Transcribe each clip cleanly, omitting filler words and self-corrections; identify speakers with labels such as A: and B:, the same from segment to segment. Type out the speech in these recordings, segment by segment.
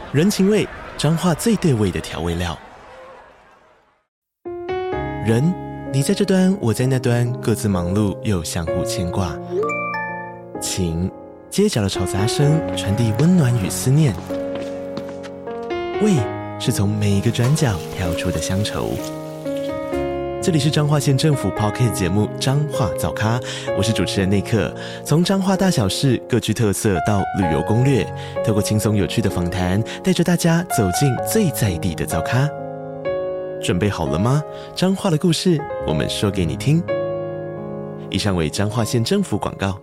A: 人情味，彰化最对味的调味料。人，你在这端，我在那端，各自忙碌又相互牵挂。情，街角的吵杂声传递温暖与思念。味，是从每一个转角跳出的乡愁。这里是彰化县政府 Podcast 节目《彰化早咖》，我是主持人内克。从彰化大小事各具特色到旅游攻略，透过轻松有趣的访谈，带着大家走进最在地的早咖。准备好了吗？彰化的故事，我们说给你听。以上为彰化县政府广告。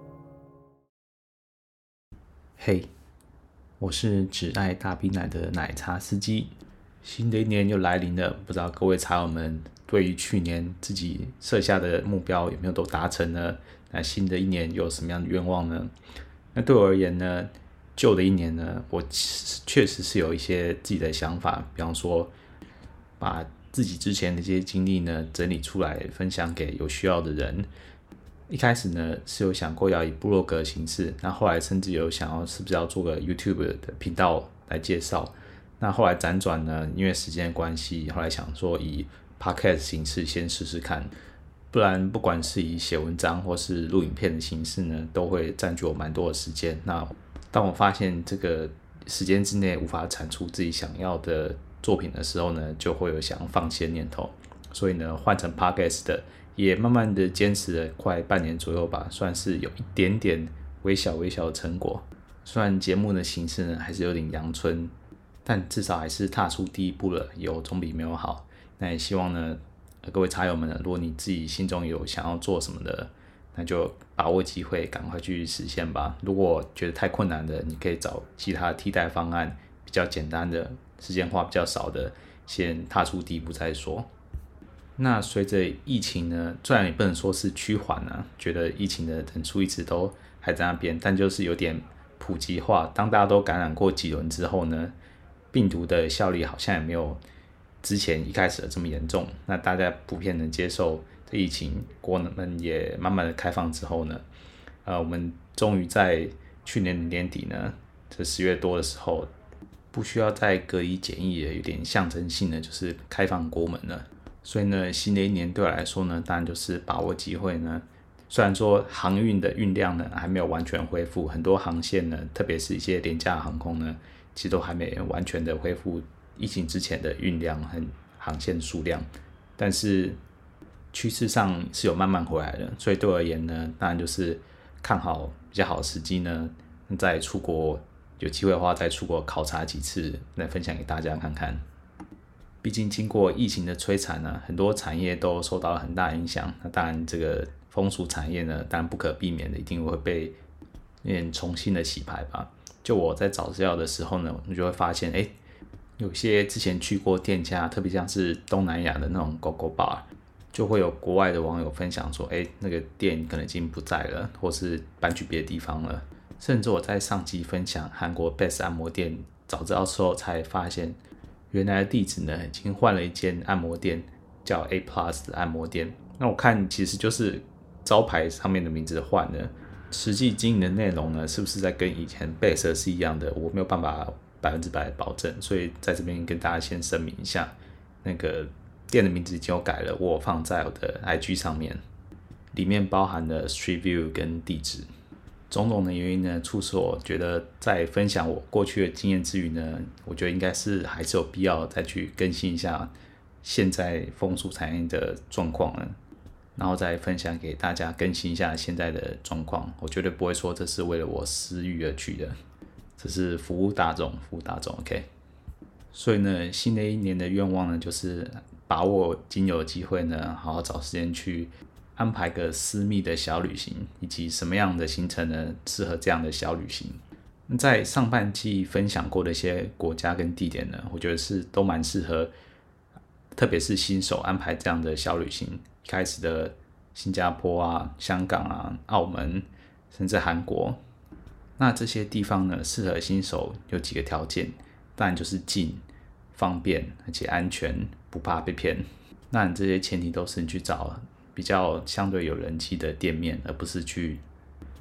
B: 嘿，我是只爱大冰奶的奶茶司机。新的一年又来临了，不知道各位茶友们对于去年自己设下的目标有没有都达成呢？那新的一年又有什么样的愿望呢？那对我而言呢，旧的一年呢，我确实是有一些自己的想法，比方说把自己之前的一些经历呢整理出来分享给有需要的人。一开始呢是有想过要以部落格的形式，那后来甚至有想要是不是要做个 YouTube 的频道来介绍。那后来辗转呢，因为时间的关系，后来想说以 Podcast 形式先试试看，不然不管是以写文章或是录影片的形式呢，都会占据我蛮多的时间。那当我发现这个时间之内无法产出自己想要的作品的时候呢，就会有想放弃的念头。所以呢，换成 Podcast 的，也慢慢的坚持了快半年左右吧，算是有一点点微小的成果。虽然节目的形式呢还是有点阳春，但至少还是踏出第一步了，有总比没有好。那也希望呢，各位茶友们呢，如果你自己心中有想要做什么的，那就把握机会，赶快去实现吧。如果觉得太困难的，你可以找其他的替代方案，比较简单的，时间花比较少的，先踏出第一步再说。那随着疫情呢，虽然也不能说是趋缓啊，觉得疫情的人数一直都还在那边，但就是有点普及化。当大家都感染过几轮之后呢，病毒的效力好像也没有之前一开始的这么严重。那大家普遍能接受这疫情，国门也慢慢的开放之后呢，我们终于在去年年底呢，这10月多的时候，不需要再隔离检疫了，有点象征性的就是开放国门了。所以呢，新的一年对我来说呢，当然就是把握机会呢。虽然说航运的运量呢还没有完全恢复，很多航线呢，特别是一些廉价航空呢，其实都还没完全的恢复疫情之前的运量和航线数量，但是趋势上是有慢慢回来的。所以对我而言呢，当然就是看好比较好的时机呢，再出国有机会的话，再出国考察几次，来分享给大家看看。毕竟经过疫情的摧残呢，很多产业都受到了很大影响。那当然，这个风俗产业呢，当然不可避免的一定会被重新的洗牌吧。就我在找资料的时候呢，我就会发现，有些之前去过店家，特别像是东南亚的那种狗狗 bar， 就会有国外的网友分享说，那个店可能已经不在了，或是搬去别的地方了。甚至我在上集分享韩国 Best 按摩店找资料之后，才发现原来的地址呢，已经换了一间按摩店，叫 A Plus 的按摩店。那我看其实就是招牌上面的名字换了，实际经营的内容呢，是不是在跟以前 Best 是一样的，我没有办法100%的保证。所以在这边跟大家先声明一下，那个店的名字已经有改了，我放在我的 IG 上面，里面包含了 Street View 跟地址。种种的原因呢，促使我觉得在分享我过去的经验之余呢，我觉得应该是还是有必要再去更新一下现在风俗产业的状况呢，然后再分享给大家，更新一下现在的状况。我绝对不会说这是为了我私欲而去的，这是服务大众 OK。 所以呢，新的一年的愿望呢，就是把握仅有的机会呢，好好找时间去安排个私密的小旅行，以及什么样的行程呢适合这样的小旅行。在上半季分享过的一些国家跟地点呢，我觉得是都蛮适合，特别是新手安排这样的小旅行。一开始的新加坡啊、香港啊、澳门，甚至韩国，那这些地方呢，适合新手有几个条件，当然就是近、方便而且安全，不怕被骗。那这些前提都是你去找比较相对有人气的店面，而不是去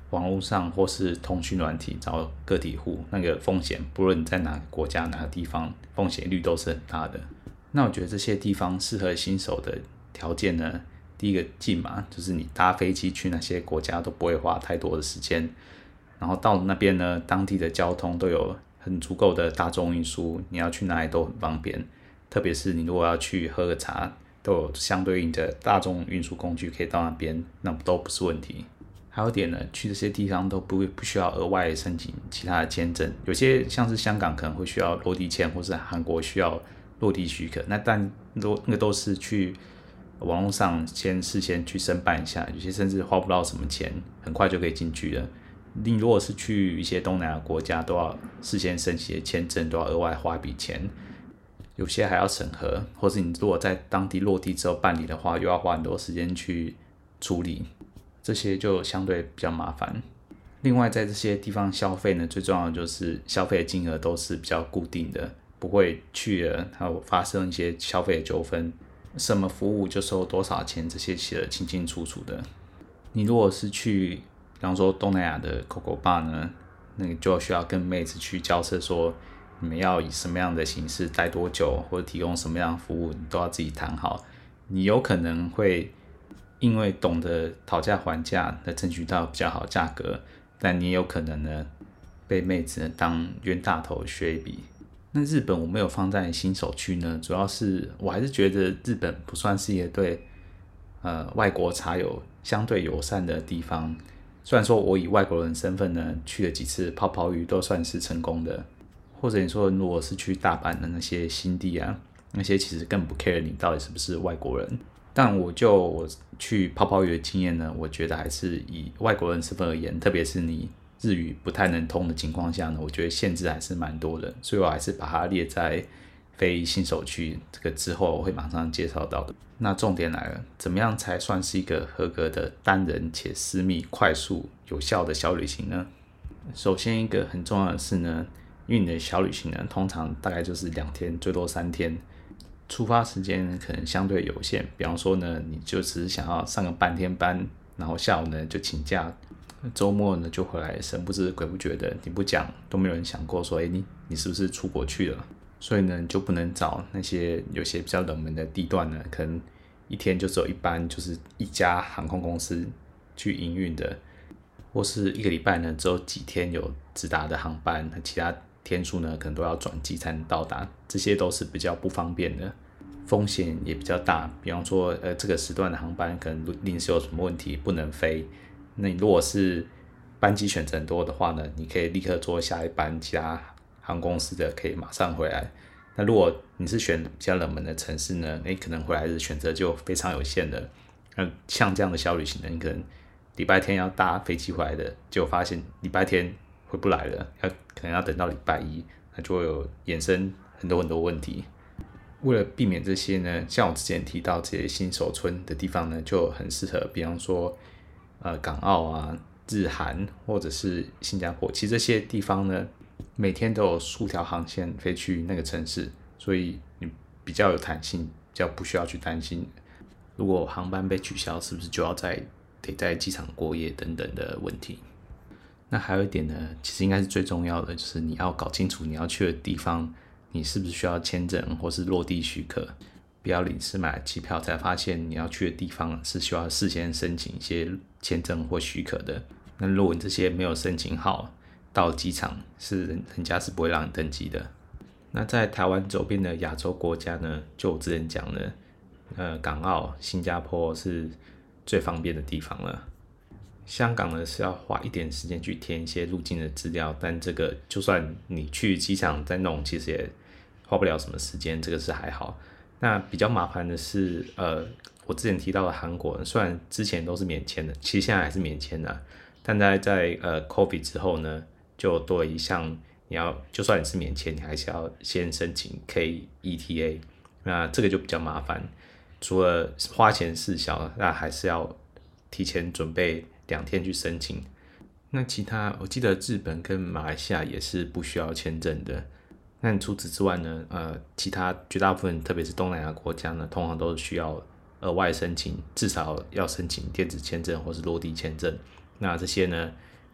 B: 网络上或是通讯软体找个体户，那个风险不论你在哪个国家哪个地方，风险率都是很大的。那我觉得这些地方适合新手的条件呢，第一个近嘛，就是你搭飞机去那些国家都不会花太多的时间，然后到那边呢，当地的交通都有很足够的大众运输，你要去哪里都很方便，特别是你如果要去喝个茶，都有相对应的大众运输工具可以到那边，那都不是问题。还有一点呢，去这些地方都不需要额外申请其他的签证，有些像是香港可能会需要落地签，或是韩国需要落地许可，但那个都是去网络上事先去申办一下，有些甚至花不到什么钱，很快就可以进去了。你如果是去一些东南亚国家，都要事先申请的签证，都要额外花一笔钱，有些还要审核，或是你如果在当地落地之后办理的话，又要花很多时间去处理，这些就相对比较麻烦。另外在这些地方消费呢，最重要的就是消费的金额都是比较固定的，不会去了还有发生一些消费的纠纷，什么服务就收多少钱，这些写得清清楚楚的。你如果是去比方说东南亚的 Coco Bar 呢，那个就需要跟妹子去交涉说你们要以什么样的形式待多久，或者提供什么样的服务，你都要自己谈好。你有可能会因为懂得讨价还价来争取到比较好的价格，但你也有可能呢被妹子当冤大头削一笔。那日本我没有放在新手区呢，主要是我还是觉得日本不算是一个对外国茶友相对友善的地方。虽然说我以外国人身份呢去了几次泡泡浴都算是成功的，或者你说如果是去大阪的那些新地啊，那些其实更不 care 你到底是不是外国人。但我去泡泡浴的经验呢，我觉得还是以外国人身份而言，特别是你日语不太能通的情况下呢，我觉得限制还是蛮多的，所以我还是把它列在非新手区，这个之后我会马上介绍到的。那重点来了，怎么样才算是一个合格的单人且私密、快速、有效的小旅行呢？首先一个很重要的是呢，因为你的小旅行呢，通常大概就是2天，最多3天，出发时间可能相对有限。比方说呢，你就只是想要上个半天班，然后下午呢就请假，周末呢就回来，神不知鬼不觉的，你不讲都没有人想过说，你是不是出国去了？所以呢，你就不能找那些有些比较冷门的地段呢，可能一天就只有一班，就是一家航空公司去营运的，或是一个礼拜呢只有几天有直达的航班，其他天数呢可能都要转机才能到达，这些都是比较不方便的，风险也比较大。比方说这个时段的航班可能临时有什么问题不能飞，那你如果是班机选择很多的话呢，你可以立刻坐下一班其他航空公司的，可以马上回来。那如果你是选比较冷门的城市呢，可能回来的选择就非常有限的。像这样的小旅行呢，你可能礼拜天要搭飞机回来的，结果发现礼拜天回不来了，可能要等到礼拜一，那就会有衍生很多很多问题。为了避免这些呢，像我之前提到这些新手村的地方呢，就很适合，比方说港澳啊、日韩或者是新加坡，其实这些地方呢，每天都有数条航线飞去那个城市，所以你比较有弹性，比较不需要去担心，如果航班被取消，是不是就要得在机场过夜等等的问题。那还有一点呢，其实应该是最重要的，就是你要搞清楚你要去的地方，你是不是需要签证或是落地许可，不要临时买了机票才发现你要去的地方是需要事先申请一些签证或许可的。那如果你这些没有申请好，到机场人家是不会让你登机的。那在台湾周边的亚洲国家呢，就我之前讲的，港澳、新加坡是最方便的地方了。香港呢是要花一点时间去填一些入境的资料，但这个就算你去机场再弄，其实也花不了什么时间，这个是还好。那比较麻烦的是，我之前提到的韩国，虽然之前都是免签的，其实现在还是免签的，但在COVID 之后呢，就多了一项，就算你是免签，你还是要先申请 KETA， 那这个就比较麻烦，除了花钱事小，那还是要提前准备2天去申请。那其他我记得日本跟马来西亚也是不需要签证的。那除此之外呢，其他绝大部分特别是东南亚国家呢，通常都是需要额外申请，至少要申请电子签证或是落地签证。那这些呢，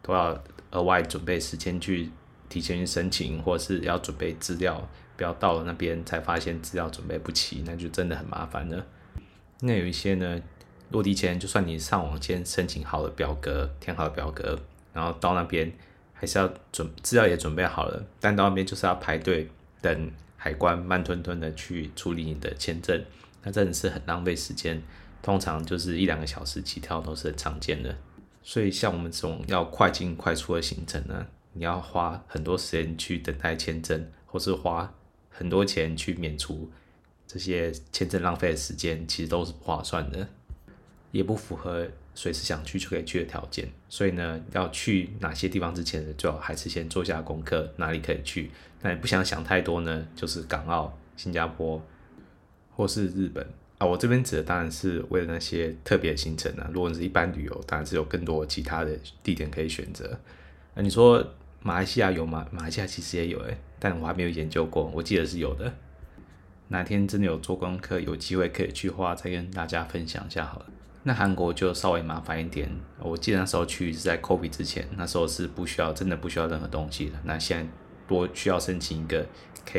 B: 都要额外准备时间去提前去申请，或者是要准备资料，不要到了那边才发现资料准备不齐，那就真的很麻烦了。那有一些呢，落地前就算你上网先申请好了表格，填好了表格，然后到那边还是要资料也准备好了，但到那边就是要排队等海关慢吞吞的去处理你的签证，那真的是很浪费时间，通常就是1-2个小时起跳都是很常见的。所以像我们这种要快进快出的行程呢，你要花很多时间去等待签证，或是花很多钱去免除这些签证浪费的时间，其实都是不划算的，也不符合随时想去就可以去的条件。所以呢，要去哪些地方之前呢，最好还是先做一下功课，哪里可以去。那你不想想太多呢，就是港澳、新加坡或是日本啊。我这边指的当然是为了那些特别的行程啊。如果你是一般旅游，当然是有更多其他的地点可以选择。你说马来西亚有吗？马来西亚其实也有但我还没有研究过，我记得是有的。哪天真的有做功课，有机会可以去的话，再跟大家分享一下好了。那韩国就稍微麻烦一点，我记得那时候去是在 COVID 之前，那时候是真的不需要任何东西的。那现在多需要申请一个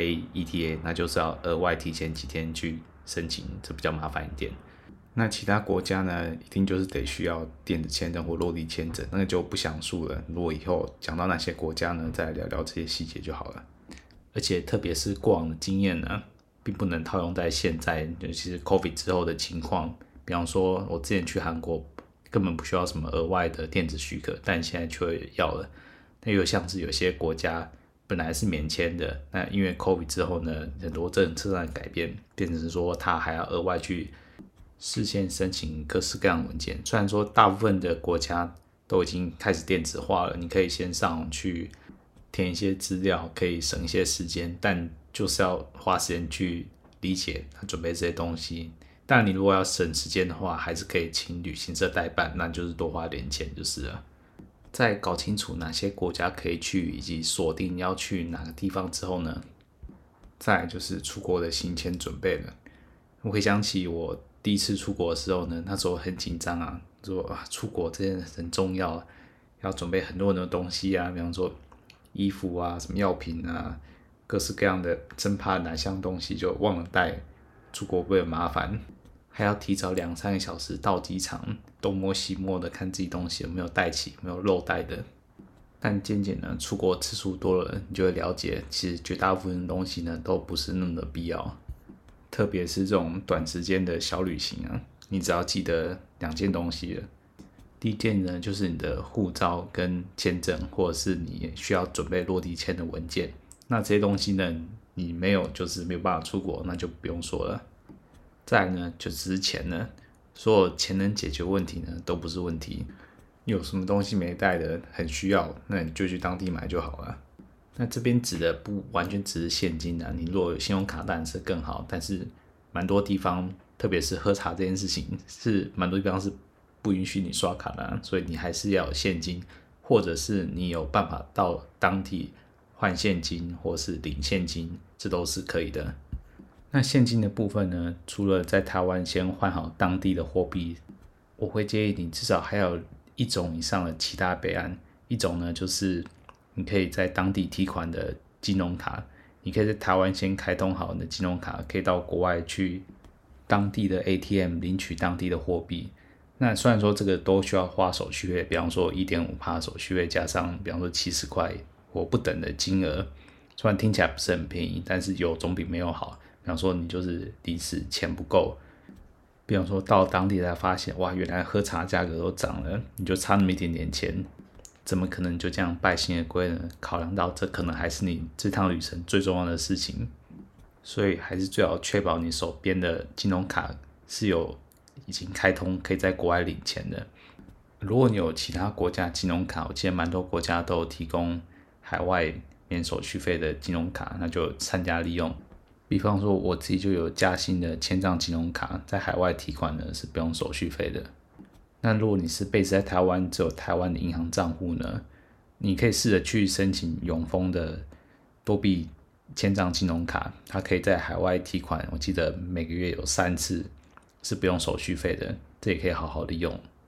B: KETA， 那就是要额外提前几天去申请，这比较麻烦一点。那其他国家呢，一定就是得需要电子签证或落地签证，那个就不详述了。如果以后讲到哪些国家呢，再来聊聊这些细节就好了。而且特别是过往的经验呢，并不能套用在现在，尤其是 COVID 之后的情况。比方说，我之前去韩国根本不需要什么额外的电子许可，但现在却要了。那又像是有些国家本来是免签的，那因为 COVID 之后呢，很多政策上的改变，变成说他还要额外去事先申请各式各样的文件。虽然说大部分的国家都已经开始电子化了，你可以先上网去填一些资料，可以省一些时间，但就是要花时间去理解准备这些东西。但你如果要省时间的话，还是可以请旅行社代办，那就是多花点钱就是了。在搞清楚哪些国家可以去，以及锁定要去哪个地方之后呢，再来就是出国的行前准备了。我回想起我第一次出国的时候呢，那时候很紧张啊，说出国这件事很重要，要准备很多很多东西啊，比方说衣服啊、什么药品啊，各式各样的，真怕哪项东西就忘了带，出国会很麻烦。还要提早2-3个小时到机场，东摸西摸的看自己东西有没有带齐，有没有漏带的。但渐渐呢，出国次数多了，你就会了解，其实绝大部分的东西呢，都不是那么的必要。特别是这种短时间的小旅行啊，你只要记得2件东西了。第一件呢，就是你的护照跟签证，或者是你需要准备落地签的文件。那这些东西呢，你没有就是没有办法出国，那就不用说了。再来呢，就只是钱了，所有钱能解决问题呢，都不是问题。有什么东西没带的很需要，那你就去当地买就好了。那这边指的不完全只是现金啊，你如果有信用卡当然是更好，但是蛮多地方，特别是喝茶这件事情，是蛮多地方是不允许你刷卡的所以你还是要有现金，或者是你有办法到当地换现金或是领现金，这都是可以的。那现金的部分呢，除了在台湾先换好当地的货币，我会建议你至少还有1种以上的其他备案。一种呢，就是你可以在当地提款的金融卡，你可以在台湾先开通好你的金融卡，可以到国外去当地的 ATM 领取当地的货币。那虽然说这个都需要花手续费，比方说 1.5% 手续费加上比方说70块或不等的金额，虽然听起来不是很便宜，但是有总比没有好。比方说你就是临时钱不够，比方说到当地才发现，哇，原来喝茶价格都涨了，你就差那么一点点钱，怎么可能就这样败兴而归呢？考量到这可能还是你这趟旅程最重要的事情，所以还是最好确保你手边的金融卡是已经开通，可以在国外领钱的。如果你有其他国家金融卡，我记得蛮多国家都有提供海外免手续费的金融卡，那就善加利用。比方说我自己就有嘉信的千账金融卡，在海外提款呢是不用手续费的。那如果你是 base 在台湾，只有台湾的银行账户呢，你可以试着去申请永丰的多币千账金融卡，它可以在海外提款，我记得每个月有3次是不用手续费的，这也可以好好利用。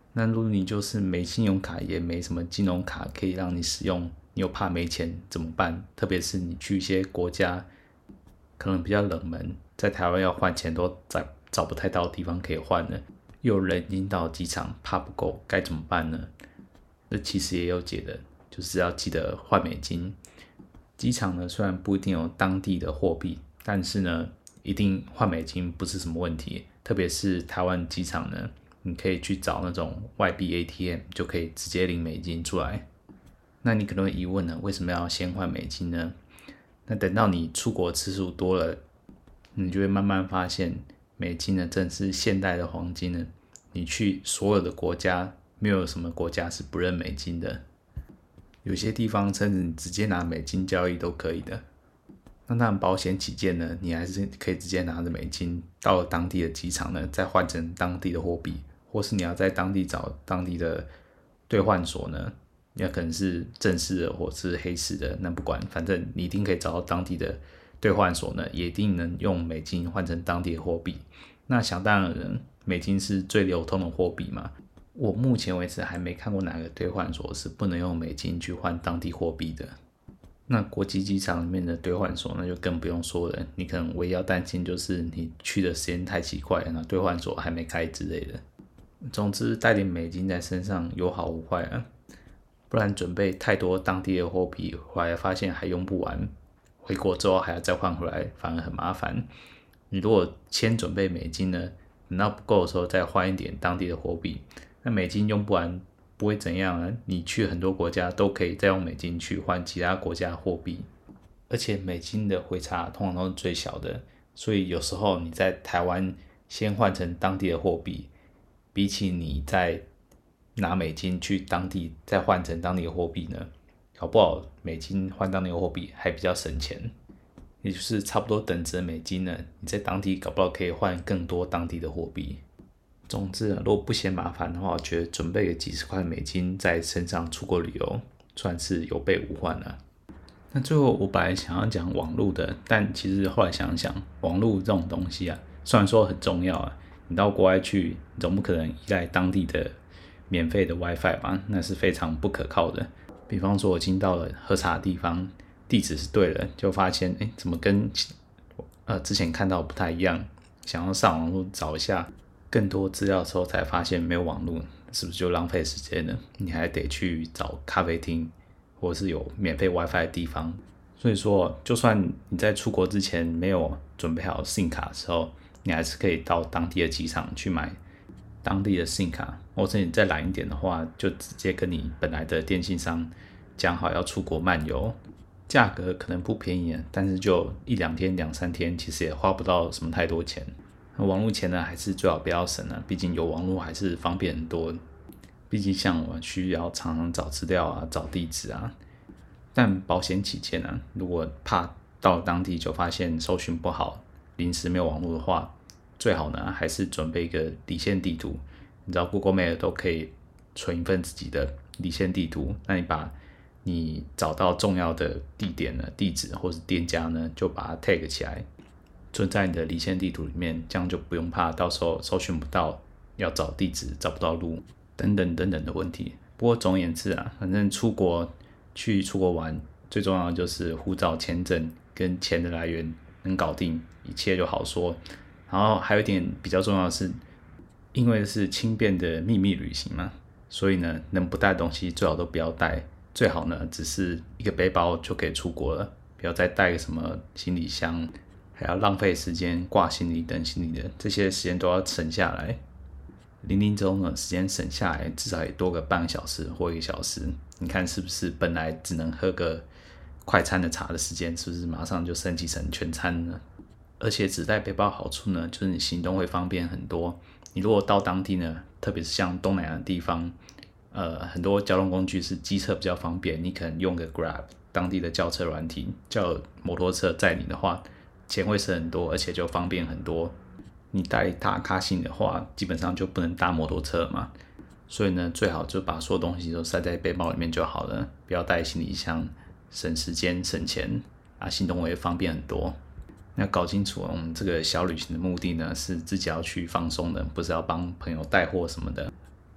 B: 那如果你就是没信用卡也没什么金融卡可以让你使用，你又怕没钱怎么办？特别是你去一些国家可能比较冷门，在台湾要换钱都找不太到地方可以换了，又有人引导机场怕不够，该怎么办呢？这其实也有解的，就是要记得换美金。机场呢虽然不一定有当地的货币，但是呢一定换美金不是什么问题，特别是台湾机场呢，你可以去找那种外币 ATM 就可以直接领美金出来。那你可能会疑问呢，为什么要先换美金呢？那等到你出国次数多了，你就会慢慢发现美金呢正是现代的黄金呢，你去所有的国家没有什么国家是不认美金的，有些地方甚至你直接拿美金交易都可以的。那当然保险起见呢，你还是可以直接拿着美金到了当地的机场呢，再换成当地的货币，或是你要在当地找当地的兑换所呢，也可能是正式的或是黑市的，那不管，反正你一定可以找到当地的兑换所呢，也一定能用美金换成当地的货币。那想当然美金是最流通的货币嘛，我目前为止还没看过哪个兑换所是不能用美金去换当地货币的。那国际机场里面的兑换所那就更不用说了，你可能唯一要担心就是你去的时间太奇怪，那兑换所还没开之类的。总之带点美金在身上有好无坏啊，不然准备太多当地的货币回来发现还用不完，回国之后还要再换回来，反而很麻烦。你如果先准备美金呢，等到不够的时候再换一点当地的货币，那美金用不完不会怎样啊，你去很多国家都可以再用美金去换其他国家货币，而且美金的汇差通常都是最小的，所以有时候你在台湾先换成当地的货币，比起你在拿美金去当地再换成当地的货币呢，搞不好美金换当地的货币还比较省钱，也就是差不多等值的美金呢，你在当地搞不好可以换更多当地的货币。总之如果不嫌麻烦的话，我觉得准备个几十块美金在身上出国旅游算是有备无患了。那最后我本来想要讲网络的，但其实后来想想，网络这种东西啊，虽然说很重要啊，你到国外去你总不可能依赖当地的免费的 WiFi 吧，那是非常不可靠的。比方说我进到了喝茶的地方，地址是对了，就发现怎么跟之前看到不太一样，想要上网络找一下更多资料的时候才发现没有网络，是不是就浪费时间呢？你还得去找咖啡厅或是有免费 WiFi 的地方。所以说就算你在出国之前没有准备好 SIM 卡的时候，你还是可以到当地的机场去买当地的 SIM 卡，或者你再懒一点的话，就直接跟你本来的电信商讲好要出国漫游，价格可能不便宜，但是就1-2天2-3天其实也花不到什么太多钱。网络钱呢还是最好不要省了，毕竟有网络还是方便很多，毕竟像我需要常常找资料啊找地址啊，但保险起见啊，如果怕到当地就发现搜寻不好，临时没有网络的话，最好呢还是准备一个离线地图。你知道 Google Map 都可以存一份自己的离线地图，那你把你找到重要的地点呢地址或是店家呢就把它 tag 起来，存在你的离线地图里面，这样就不用怕到时候搜寻不到，要找地址找不到路等等等等的问题。不过总而言之啊，反正出国玩最重要的就是护照签证跟钱的来源能搞定，一切就好说。然后还有一点比较重要的是，因为是轻便的秘密旅行嘛，所以呢能不带的东西最好都不要带，最好呢只是一个背包就可以出国了，不要再带个什么行李箱，还要浪费时间挂行李等行李的，这些时间都要省下来。零零中呢时间省下来，至少也多个半个小时或1个小时，你看是不是本来只能喝个快餐的茶的时间，是不是马上就升级成全餐呢？而且只带背包好处呢，就是你行动会方便很多。你如果到当地呢，特别是像东南亚的地方，很多交通工具是机车比较方便，你可能用个 Grab 当地的轿车软体，叫摩托车载你的话，钱会省很多，而且就方便很多。你带大咖行的话，基本上就不能搭摩托车嘛，所以呢，最好就把所有东西都塞在背包里面就好了，不要带行李箱，省时间省钱啊，行动会方便很多。那搞清楚我们这个小旅行的目的呢，是自己要去放松的，不是要帮朋友带货什么的。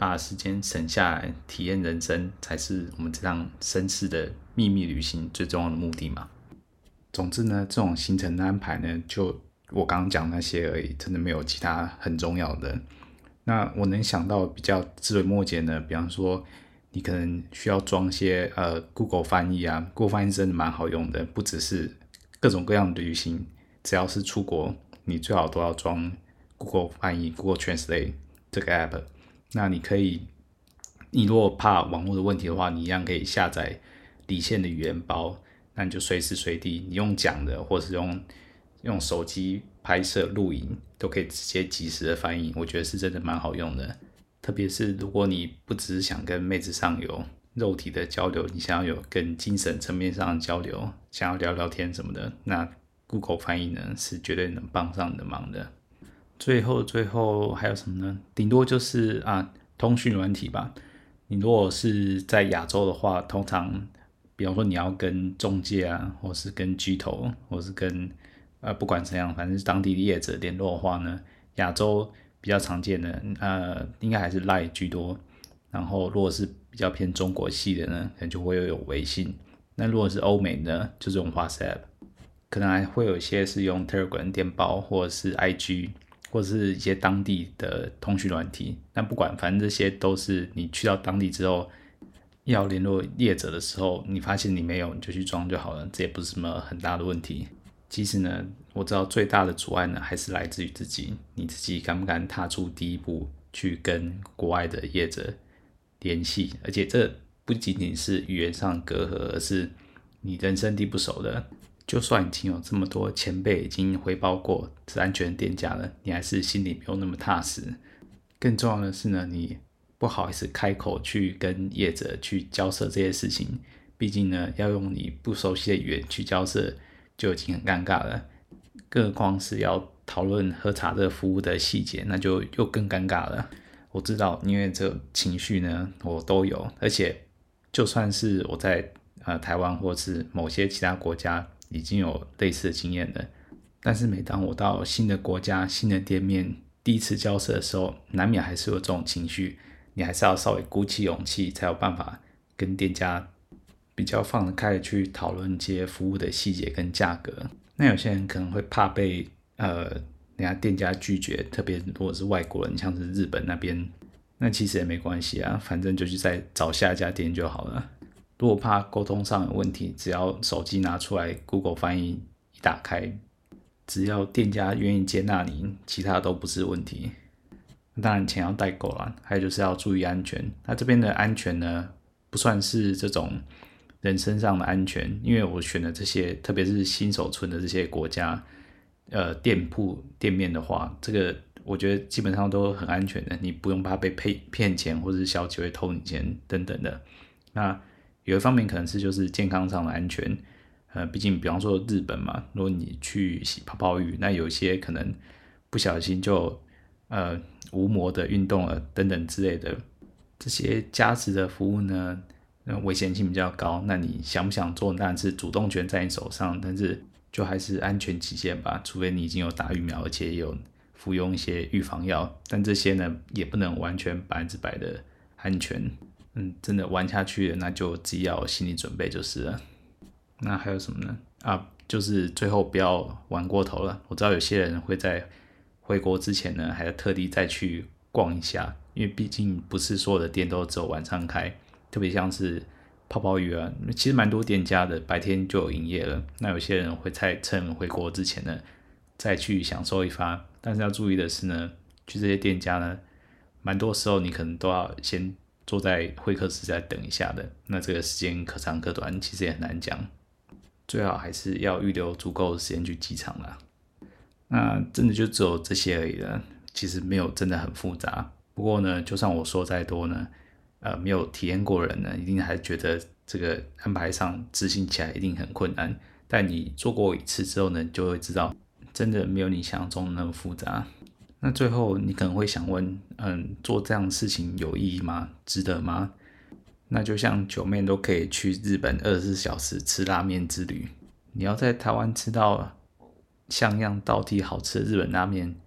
B: 把时间省下来体验人生，才是我们这趟绅士的秘密旅行最重要的目的嘛。总之呢，这种行程的安排呢，就我刚刚讲那些而已，真的没有其他很重要的。那我能想到比较枝微末节呢，比方说你可能需要装一些Google 翻译啊 ，Google 翻译真的蛮好用的，不只是各种各样的旅行，只要是出国，你最好都要装 Google 翻译 Google Translate 这个 app。那你如果怕网络的问题的话，你一样可以下载离线的语言包，那你就随时随地你用讲的，或是用手机拍摄录影，都可以直接即时的翻译，我觉得是真的蛮好用的。特别是如果你不只是想跟妹子上有肉体的交流，你想要有更精神层面上的交流，想要聊聊天什么的，那 Google 翻译呢是绝对能帮上你的忙的。最后还有什么呢？顶多就是通讯软体吧。你如果是在亚洲的话，通常比方说你要跟中介啊，或是跟巨头，或是跟不管怎样，反正是当地的业者联络的话呢，亚洲比较常见的应该还是 LINE 居多。然后如果是比较偏中国系的呢，可能就会有微信。那如果是欧美呢，就是用 WhatsApp， 可能还会有一些是用 Telegram 电报，或者是 IG， 或者是一些当地的通讯软体。那不管，反正这些都是你去到当地之后要联络业者的时候，你发现你没有，你就去装就好了，这也不是什么很大的问题。其实呢，我知道最大的阻碍呢，还是来自于自己，你自己敢不敢踏出第一步，去跟国外的业者联系。而且这不仅仅是语言上的隔阂，而是你人生地不熟的。就算已经有这么多前辈已经回报过是安全的店家了，你还是心里没有那么踏实。更重要的是呢，你不好意思开口去跟业者去交涉这些事情，毕竟呢，要用你不熟悉的语言去交涉就已经很尴尬了，更何况是要讨论喝茶这个服务的细节，那就又更尴尬了。我知道，因为这个情绪呢，我都有，而且就算是我在台湾或是某些其他国家已经有类似的经验了，但是每当我到新的国家、新的店面第一次交涉的时候，难免还是有这种情绪，你还是要稍微鼓起勇气，才有办法跟店家比较放得开的去讨论这些服务的细节跟价格。那有些人可能会怕被人家店家拒绝，特别如果是外国人，像是日本那边，那其实也没关系啊，反正就是再找下一家店就好了。如果怕沟通上有问题，只要手机拿出来 Google 翻译一打开，只要店家愿意接纳你，其他都不是问题。当然钱要带够啦，还有就是要注意安全。那这边的安全呢，不算是这种人身上的安全，因为我选的这些，特别是新手村的这些国家，店铺店面的话，这个我觉得基本上都很安全的，你不用怕被骗钱，或者是小姐会偷你钱等等的。那有一方面可能是就是健康上的安全，毕竟比方说日本嘛，如果你去洗泡泡浴，那有些可能不小心就无膜的运动了等等之类的，这些加值的服务呢，危险性比较高。那你想不想做，当然是主动权在你手上，但是就还是安全起见吧，除非你已经有打疫苗，而且也有服用一些预防药，但这些呢也不能完全100%的安全。真的玩下去了，那就自己要有心理准备就是了。那还有什么呢？就是最后不要玩过头了。我知道有些人会在回国之前呢，还要特地再去逛一下，因为毕竟不是所有的店都只有晚上开，特别像是泡泡浴啊，其实蛮多店家的白天就有营业了。那有些人会在趁回国之前呢，再去享受一发。但是要注意的是呢，去这些店家呢，蛮多时候你可能都要先坐在会客室再等一下的，那这个时间可长可短，其实也很难讲。最好还是要预留足够的时间去机场啦。那真的就只有这些而已了，其实没有真的很复杂。不过呢，就算我说再多呢，没有体验过的人呢，一定还觉得这个安排上执行起来一定很困难。但你做过一次之后呢，就会知道真的没有你想象中的那么复杂。那最后你可能会想问，做这样的事情有意义吗？值得吗？那就像九妹都可以去日本24小时吃拉面之旅，你要在台湾吃到像样道地好吃的日本拉面，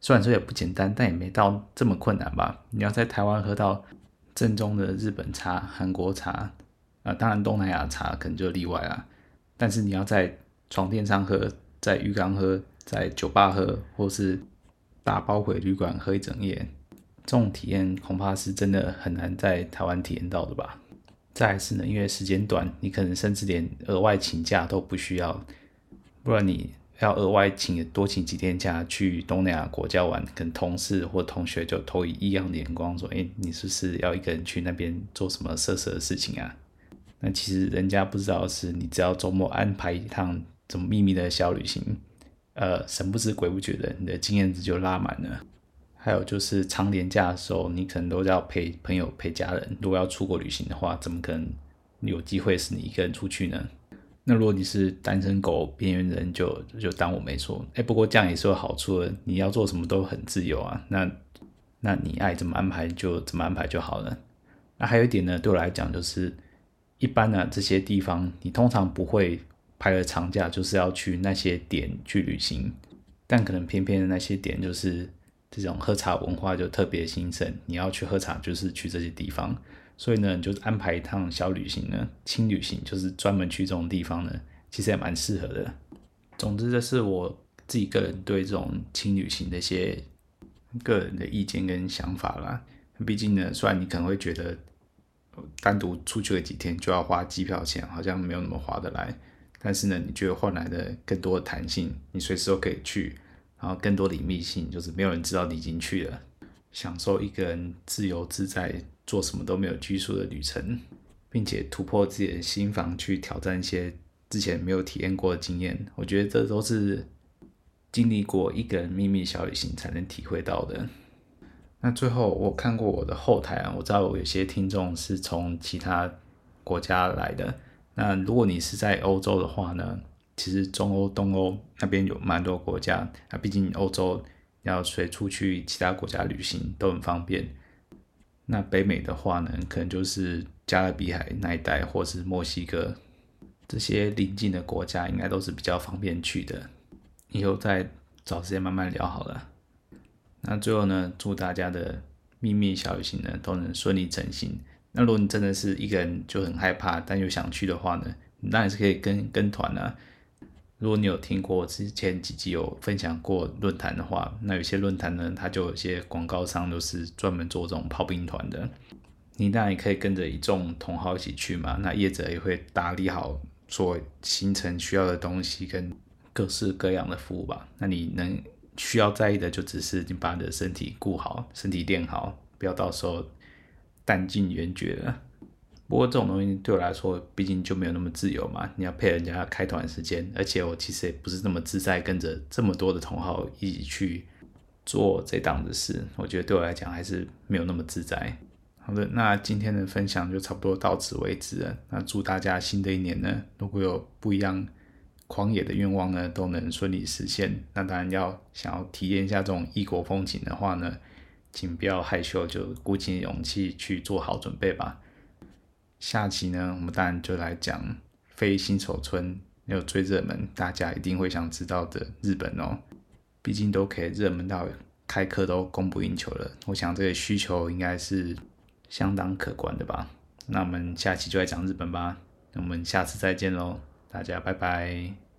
B: 虽然说也不简单，但也没到这么困难吧。你要在台湾喝到正宗的日本茶、韩国茶，当然东南亚茶可能就例外啦。但是你要在床垫上喝，在浴缸喝，在酒吧喝，或是大包回旅馆喝一整夜，这种体验恐怕是真的很难在台湾体验到的吧。再来是呢，因为时间短，你可能甚至连额外请假都不需要，不然你要额外多请几天假去东南亚国家玩，跟同事或同学就投以异样的眼光，说：“你是不是要一个人去那边做什么色色的事情啊？”那其实人家不知道的是，你只要周末安排一趟这么秘密的小旅行，神不知鬼不觉的，你的经验值就拉满了。还有就是长连假的时候，你可能都要陪朋友、陪家人。如果要出国旅行的话，怎么可能有机会是你一个人出去呢？那如果你是单身狗、边缘人就当我没说。不过这样也是有好处的，你要做什么都很自由啊。那你爱怎么安排就怎么安排就好了。那还有一点呢，对我来讲就是，一般呢这些地方你通常不会排了长假就是要去那些点去旅行，但可能偏偏的那些点就是这种喝茶文化就特别兴盛，你要去喝茶就是去这些地方。所以呢，你就安排一趟小旅行呢，轻旅行，就是专门去这种地方呢，其实也蛮适合的。总之，这是我自己个人对这种轻旅行的一些个人的意见跟想法啦。毕竟呢，虽然你可能会觉得单独出去了几天就要花机票钱，好像没有那么划得来，但是呢，你觉得换来的更多的弹性，你随时都可以去，然后更多的隐秘性，就是没有人知道你已经去了，享受一个人自由自在做什么都没有拘束的旅程，并且突破自己的心防去挑战一些之前没有体验过的经验。我觉得这都是经历过一个人秘密小旅行才能体会到的。那最后我看过我的后台啊，我知道有些听众是从其他国家来的。那如果你是在欧洲的话呢，其实中欧、东欧那边有蛮多国家，毕竟欧洲要随处去其他国家旅行都很方便。那北美的话呢，可能就是加勒比海那一带，或是墨西哥这些邻近的国家，应该都是比较方便去的。以后再找时间慢慢聊好了。那最后呢，祝大家的秘密小旅行呢都能顺利成行。那如果你真的是一个人就很害怕，但又想去的话呢，你当然是可以跟团啊。如果你有听过之前几集有分享过论坛的话，那有些论坛呢，它就有些广告商都是专门做这种炮兵团的。你当然也可以跟着一众同好一起去嘛，那业者也会打理好所行程需要的东西跟各式各样的服务吧。那你需要在意的就只是你把你的身体顾好，身体练好，不要到时候弹尽援绝了。不过这种东西对我来说，毕竟就没有那么自由嘛，你要配人家开团时间，而且我其实也不是那么自在跟着这么多的同好一起去做这档子事，我觉得对我来讲还是没有那么自在。好的，那今天的分享就差不多到此为止了。那祝大家新的一年呢，如果有不一样狂野的愿望呢，都能顺利实现。那当然想要体验一下这种异国风情的话呢，请不要害羞，就鼓起勇气去做好准备吧。下期呢，我们当然就来讲非新手村有最热门，大家一定会想知道的日本哦。毕竟都可以热门到开课都供不应求了，我想这个需求应该是相当可观的吧。那我们下期就来讲日本吧，那我们下次再见咯，大家拜拜。